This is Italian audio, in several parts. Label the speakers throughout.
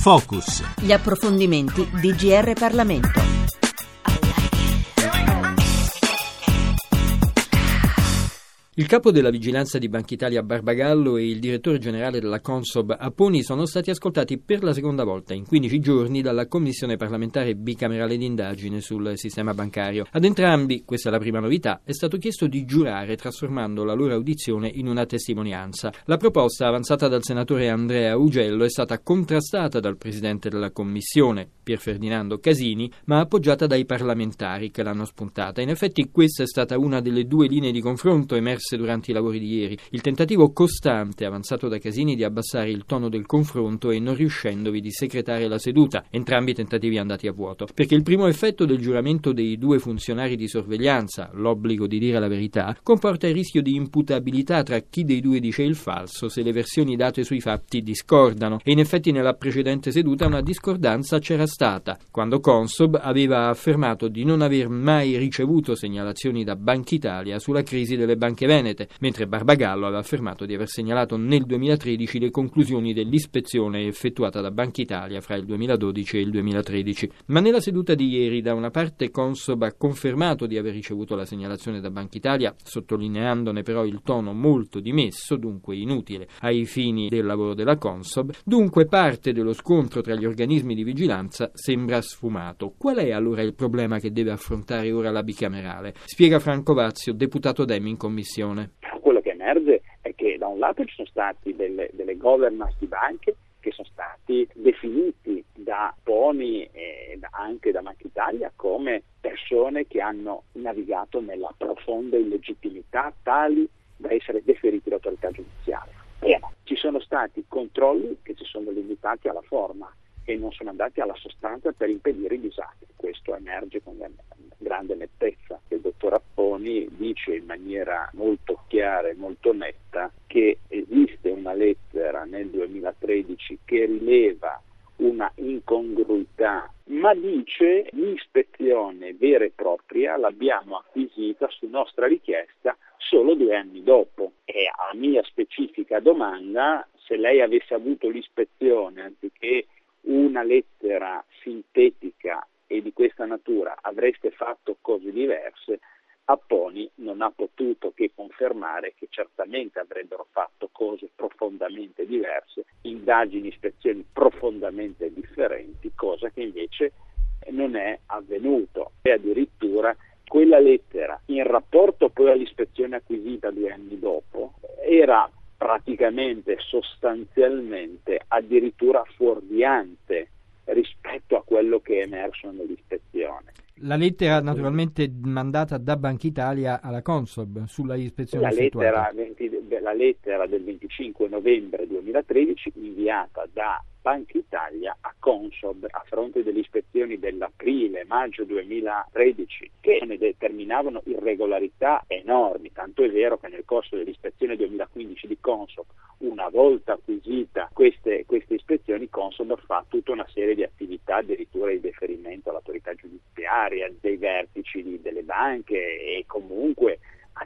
Speaker 1: Focus.
Speaker 2: Gli approfondimenti di GR Parlamento.
Speaker 3: Il capo della vigilanza di Bankitalia Barbagallo e il direttore generale della Consob Aponi sono stati ascoltati per la seconda volta in 15 giorni dalla Commissione parlamentare bicamerale d'indagine sul sistema bancario. Ad entrambi, questa è la prima novità, è stato chiesto di giurare trasformando la loro audizione in una testimonianza. La proposta avanzata dal senatore Andrea Augello è stata contrastata dal presidente della Commissione, Pier Ferdinando Casini, ma appoggiata dai parlamentari che l'hanno spuntata. In effetti questa è stata una delle due linee di confronto emerse durante i lavori di ieri, il tentativo costante avanzato da Casini di abbassare il tono del confronto e non riuscendovi di secretare la seduta, entrambi i tentativi andati a vuoto, perché il primo effetto del giuramento dei due funzionari di sorveglianza, l'obbligo di dire la verità, comporta il rischio di imputabilità tra chi dei due dice il falso se le versioni date sui fatti discordano, e in effetti nella precedente seduta una discordanza c'era stata, quando Consob aveva affermato di non aver mai ricevuto segnalazioni da Bankitalia sulla crisi delle banche venete, mentre Barbagallo aveva affermato di aver segnalato nel 2013 le conclusioni dell'ispezione effettuata da Bankitalia fra il 2012 e il 2013. Ma nella seduta di ieri, da una parte Consob ha confermato di aver ricevuto la segnalazione da Bankitalia, sottolineandone però il tono molto dimesso, dunque inutile ai fini del lavoro della Consob. Dunque parte dello scontro tra gli organismi di vigilanza sembra sfumato. Qual è allora il problema che deve affrontare ora la bicamerale? Spiega Franco Vazio, deputato Dem in Commissione.
Speaker 4: Quello che emerge è che da un lato ci sono stati delle governance di banche che sono stati definiti da Poni e anche da Bankitalia come persone che hanno navigato nella profonda illegittimità, tali da essere deferiti dall'autorità giudiziaria. Ci sono stati controlli che si sono limitati alla forma e non sono andati alla sostanza per impedire i disastri. Questo emerge con grande nettezza. Il dottor Apponi dice in maniera molto chiara e molto netta che esiste una lettera nel 2013 che rileva una incongruità, ma dice l'ispezione vera e propria l'abbiamo acquisita su nostra richiesta solo 2 anni dopo. E a mia specifica domanda, se lei avesse avuto l'ispezione anziché una lettera sintetica e di questa natura, avreste fatto cose diverse, Apponi non ha potuto che confermare che certamente avrebbero fatto cose profondamente diverse, indagini, ispezioni profondamente differenti, cosa che invece non è avvenuto. E addirittura quella lettera, in rapporto poi all'ispezione acquisita 2 anni dopo, era praticamente, sostanzialmente, addirittura fuorviante rispetto a quello che è emerso nell'ispezione.
Speaker 3: La lettera naturalmente mandata da Bankitalia alla Consob sulla ispezione effettuata.
Speaker 4: La lettera del 25 novembre 2013 inviata da Bankitalia a Consob a fronte delle ispezioni dell'aprile-maggio 2013 che ne determinavano irregolarità enormi, tanto è vero che nel corso dell'ispezione 2015 di Consob, una volta acquisita queste ispezioni, Consob fa tutta una serie di attività, addirittura di deferimento all'autorità giudiziaria, dei vertici delle banche e comunque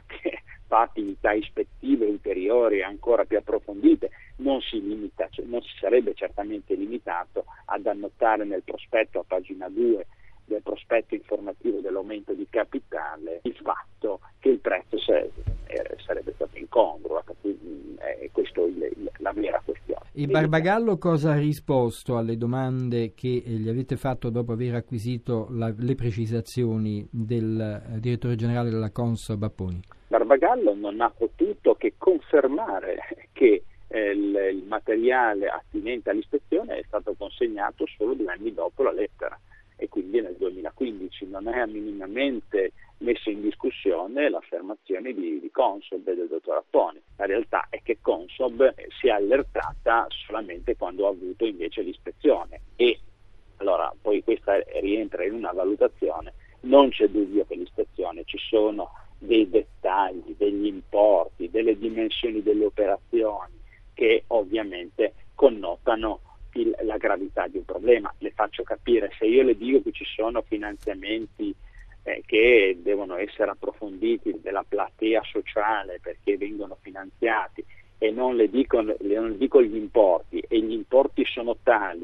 Speaker 4: fa attività ispettive ulteriori ancora più approfondite. Non si sarebbe certamente limitato ad annotare nel prospetto a pagina 2 del prospetto informativo dell'aumento di capitale il fatto che il prezzo sarebbe stato incongruo. Questa è la vera questione.
Speaker 3: E Barbagallo cosa ha risposto alle domande che gli avete fatto dopo aver acquisito le precisazioni del direttore generale della Consob Apponi?
Speaker 4: Barbagallo non ha potuto che confermare che il materiale attinente all'ispezione è stato consegnato solo 2 anni dopo la lettera e quindi nel 2015. Non è minimamente messo in discussione l'affermazione di Consob e del dottor Apponi. La realtà è che Consob si è allertata solamente quando ha avuto invece l'ispezione e allora poi questa rientra in una valutazione. Non c'è dubbio che l'ispezione ci sono dei dettagli, degli importi, delle dimensioni delle operazioni che ovviamente connotano la gravità di un problema. Le faccio capire: se io le dico che ci sono finanziamenti che devono essere approfonditi della platea sociale perché vengono finanziati e non le dico gli importi, e gli importi sono tali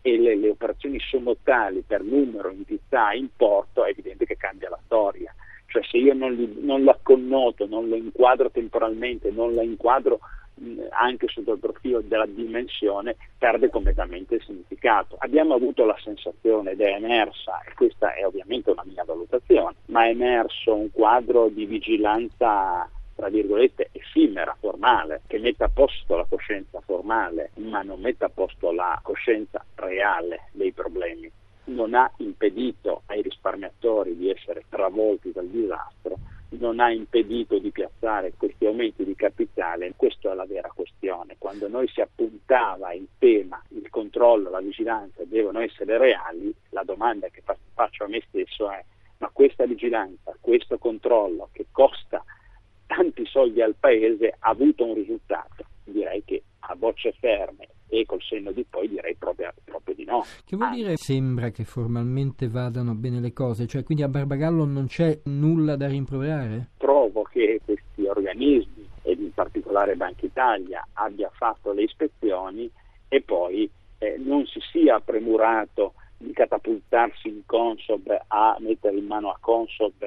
Speaker 4: e le operazioni sono tali per numero, entità, importo, è evidente che cambia la storia. Cioè se io non la connoto, non lo inquadro temporalmente, non la inquadro anche sotto il profilo della dimensione, perde completamente il significato. Abbiamo avuto la sensazione, ed è emersa, e questa è ovviamente una mia valutazione, ma è emerso un quadro di vigilanza tra virgolette effimera, formale, che mette a posto la coscienza formale, ma non mette a posto la coscienza reale dei problemi. Non ha impedito ai risparmiatori di essere travolti dal disastro, non ha impedito di piazzare questi aumenti di capitale. Questa è la vera questione. Quando noi si appuntava il tema, il controllo, la vigilanza devono essere reali, la domanda che faccio a me stesso è: ma questa vigilanza, questo controllo che costa tanti soldi al Paese ha avuto un risultato? Direi che a bocce ferme e col senno di poi direi proprio di no.
Speaker 3: Che vuol dire sembra che formalmente vadano bene le cose? Cioè quindi a Barbagallo non c'è nulla da rimproverare?
Speaker 4: Trovo che questi organismi, ed in particolare Banca Italia, abbia fatto le ispezioni e poi non si sia premurato di catapultarsi in Consob a mettere in mano a Consob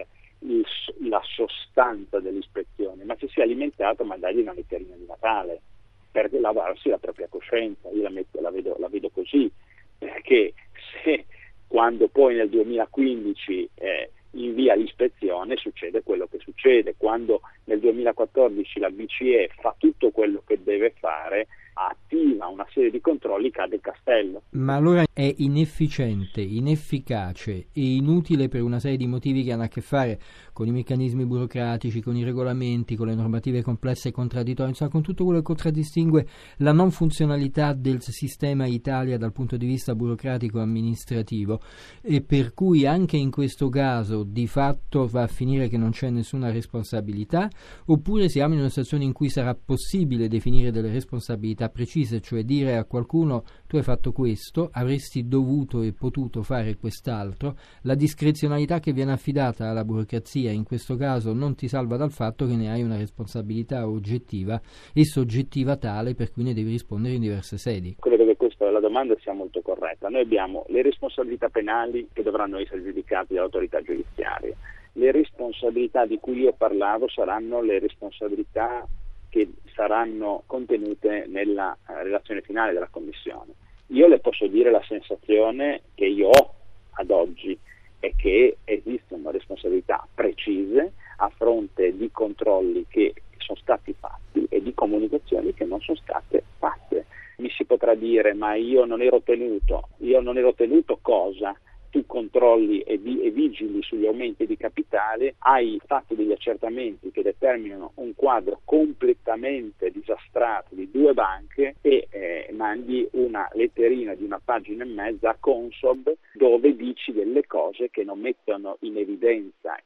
Speaker 4: la sostanza dell'ispezione, ma si sia alimentato a dargli una letterina di Natale per lavarsi la propria coscienza. Io la vedo così, perché se quando poi nel 2015 invia l'ispezione succede quello che succede, quando nel 2014 la BCE fa tutto quello che deve fare, attiva una serie di controlli, cade il castello.
Speaker 3: Ma allora è inefficiente, inefficace e inutile per una serie di motivi che hanno a che fare con i meccanismi burocratici, con i regolamenti, con le normative complesse e contraddittorie, insomma con tutto quello che contraddistingue la non funzionalità del sistema Italia dal punto di vista burocratico e amministrativo, e per cui anche in questo caso di fatto va a finire che non c'è nessuna responsabilità, oppure siamo in una situazione in cui sarà possibile definire delle responsabilità precise, cioè dire a qualcuno: tu hai fatto questo, avresti dovuto e potuto fare quest'altro. La discrezionalità che viene affidata alla burocrazia in questo caso non ti salva dal fatto che ne hai una responsabilità oggettiva e soggettiva tale per cui ne devi rispondere in diverse sedi.
Speaker 4: Credo che questa la domanda sia molto corretta. Noi abbiamo le responsabilità penali che dovranno essere giudicate dall'autorità giudiziaria. Le responsabilità di cui io parlavo saranno le responsabilità che saranno contenute nella relazione finale della Commissione. Io le posso dire la sensazione che io ho ad oggi è che esistono responsabilità precise a fronte di controlli che sono stati fatti e di comunicazioni che non sono state fatte. Mi si potrà dire: ma io non ero tenuto cosa? Tu controlli e vigili sugli aumenti di capitale, hai fatto degli accertamenti che determinano un quadro completamente disastrato di due banche e mandi una letterina di una pagina e mezza a Consob dove dici delle cose che non mettono in evidenza,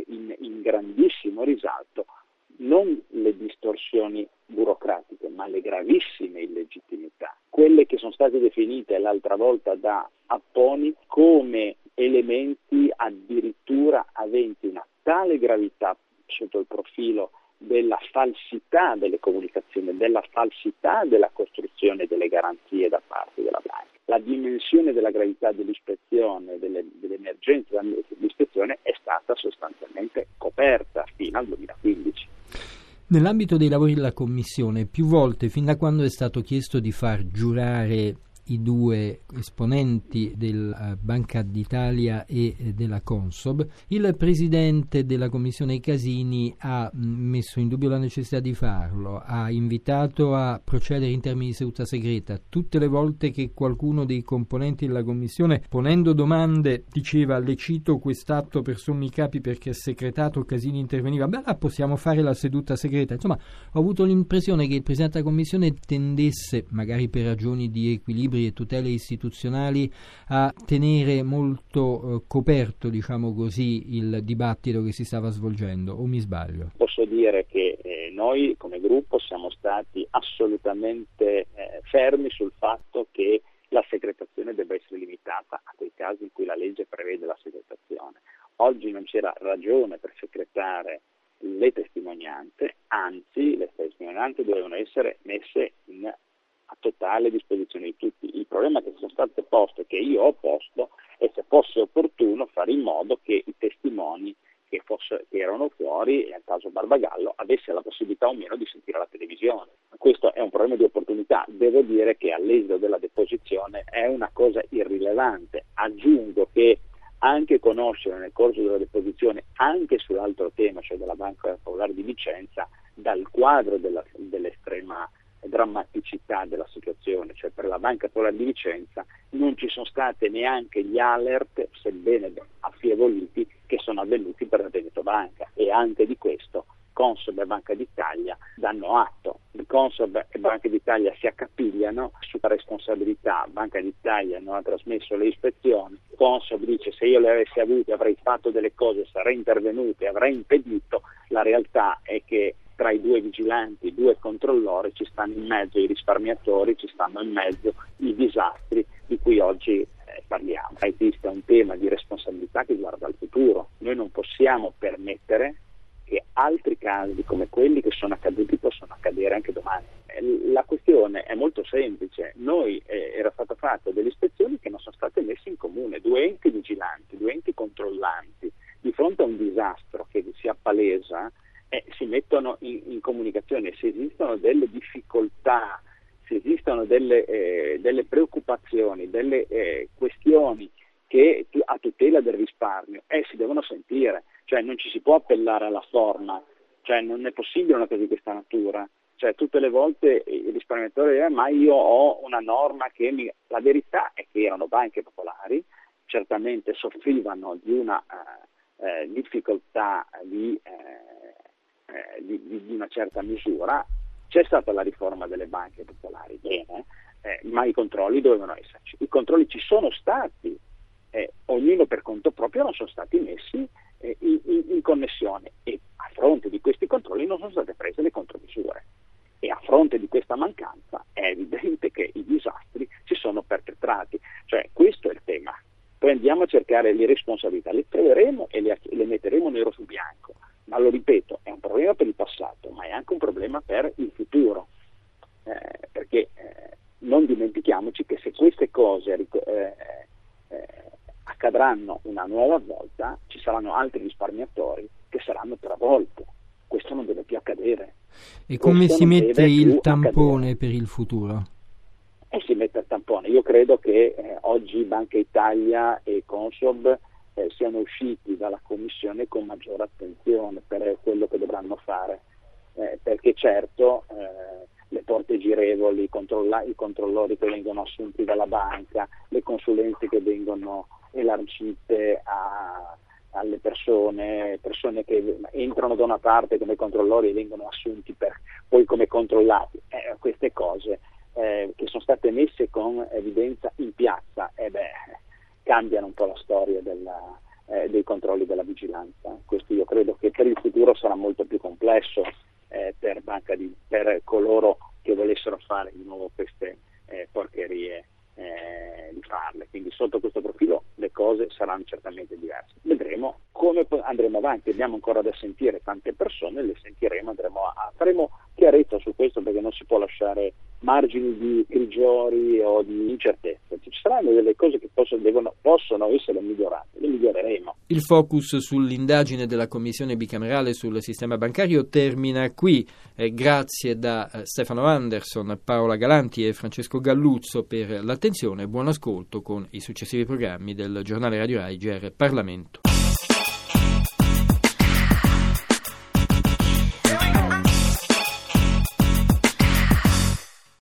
Speaker 4: in grandissimo risalto, non le distorsioni burocratiche, ma le gravissime illegittimità, quelle che sono state definite l'altra volta da Apponi come elementi addirittura aventi una tale gravità sotto il profilo della falsità delle comunicazioni, della falsità della costruzione delle garanzie da parte della banca. La dimensione della gravità dell'ispezione, dell'emergenza dell'ispezione è stata sostanzialmente coperta fino al 2015.
Speaker 3: Nell'ambito dei lavori della Commissione, più volte, fin da quando è stato chiesto di far giurare i due esponenti della Banca d'Italia e della Consob, il presidente della Commissione Casini ha messo in dubbio la necessità di farlo, ha invitato a procedere in termini di seduta segreta. Tutte le volte che qualcuno dei componenti della Commissione, ponendo domande, diceva: le cito quest'atto per sommi capi perché è segretato, Casini interveniva: beh, là possiamo fare la seduta segreta. Insomma, ho avuto l'impressione che il presidente della Commissione tendesse, magari per ragioni di equilibrio e tutele istituzionali, a tenere molto coperto, diciamo così, il dibattito che si stava svolgendo, o mi sbaglio?
Speaker 4: Posso dire che noi come gruppo siamo stati assolutamente fermi sul fatto che la segretazione debba essere limitata a quei casi in cui la legge prevede la segretazione. Oggi non c'era ragione per secretare le testimonianze, anzi le testimonianze dovevano essere messe a totale disposizione di tutti. Il problema che sono state poste problema di opportunità. Devo dire che all'esito della deposizione è una cosa irrilevante. Aggiungo che anche conoscere nel corso della deposizione, anche sull'altro tema, cioè della Banca Popolare di Vicenza, dal quadro dell'estrema drammaticità della situazione, cioè per la Banca Popolare di Vicenza non ci sono state neanche gli alert, sebbene affievoliti, che sono avvenuti per la Veneto Banca, e anche di questo Consob e Banca d'Italia danno atto. Consob e Banca d'Italia si accapigliano sulla responsabilità. Banca d'Italia non ha trasmesso le ispezioni, Consob dice se io le avessi avute avrei fatto delle cose, sarei intervenuto e avrei impedito. La realtà è che tra i due vigilanti, i due controllori, ci stanno in mezzo i risparmiatori, ci stanno in mezzo i disastri di cui oggi parliamo. Esiste un tema di responsabilità che guarda al futuro. Noi non possiamo permettere che altri casi come quelli che sono accaduti possano accadere anche domani. La questione è molto semplice. Era stato fatto delle ispezioni che non sono state messe in comune, due enti vigilanti, due enti controllanti, di fronte a un disastro che si appalesa, si mettono in comunicazione. Se esistono delle difficoltà, se esistono delle preoccupazioni, delle questioni che a tutela del risparmio, si devono sentire, cioè non ci si può appellare alla forma, cioè non è possibile una cosa di questa natura, cioè tutte le volte il risparmiatore dice ma io ho una norma che la verità è che erano banche popolari, certamente soffrivano di una difficoltà di una certa misura. C'è stata la riforma delle banche popolari, bene, ma i controlli dovevano esserci. I controlli ci sono stati, ognuno per conto proprio non sono stati messi in connessione, e a fronte di questi controlli non sono state prese le contromisure, e a fronte di questa mancanza è evidente che i disastri si sono perpetrati. Cioè questo è il tema. Poi andiamo a cercare le responsabilità, le troveremo e le metteremo nero su bianco. Ma lo ripeto, è un problema per il passato, ma è anche un problema per il futuro, perché non dimentichiamoci che se queste cose accadranno una nuova volta, ci saranno altri risparmiatori che saranno travolti. Questo non deve più accadere.
Speaker 3: E come si mette il tampone per il futuro?
Speaker 4: Si mette il tampone. Io credo che oggi Banca Italia e Consob siano usciti dalla Commissione con maggiore attenzione per quello che dovranno fare, perché certo le porte girevoli, i controllori che vengono assunti dalla banca, le consulenze che vengono elargite alle persone che entrano da una parte come controllori e vengono assunti poi come controllati, queste cose che sono state messe con evidenza in piazza, cambiano un po' la storia dei controlli della vigilanza. Questo io credo che per il futuro sarà molto più complesso per coloro che volessero fare di nuovo queste porcherie di farle. Quindi sotto questo profilo le cose saranno certamente diverse. Vedremo come andremo avanti, abbiamo ancora da sentire tante persone, le sentiremo, faremo chiarezza su questo, perché non si può lasciare margini di grigiori o di incertezza. Ci saranno delle cose che possono essere migliorate, le miglioreremo.
Speaker 3: Il focus sull'indagine della Commissione bicamerale sul sistema bancario termina qui. Grazie da Stefano Anderson, Paola Galanti e Francesco Galluzzo per l'attenzione. Buon ascolto con i successivi programmi del giornale Radio Rai GR Parlamento.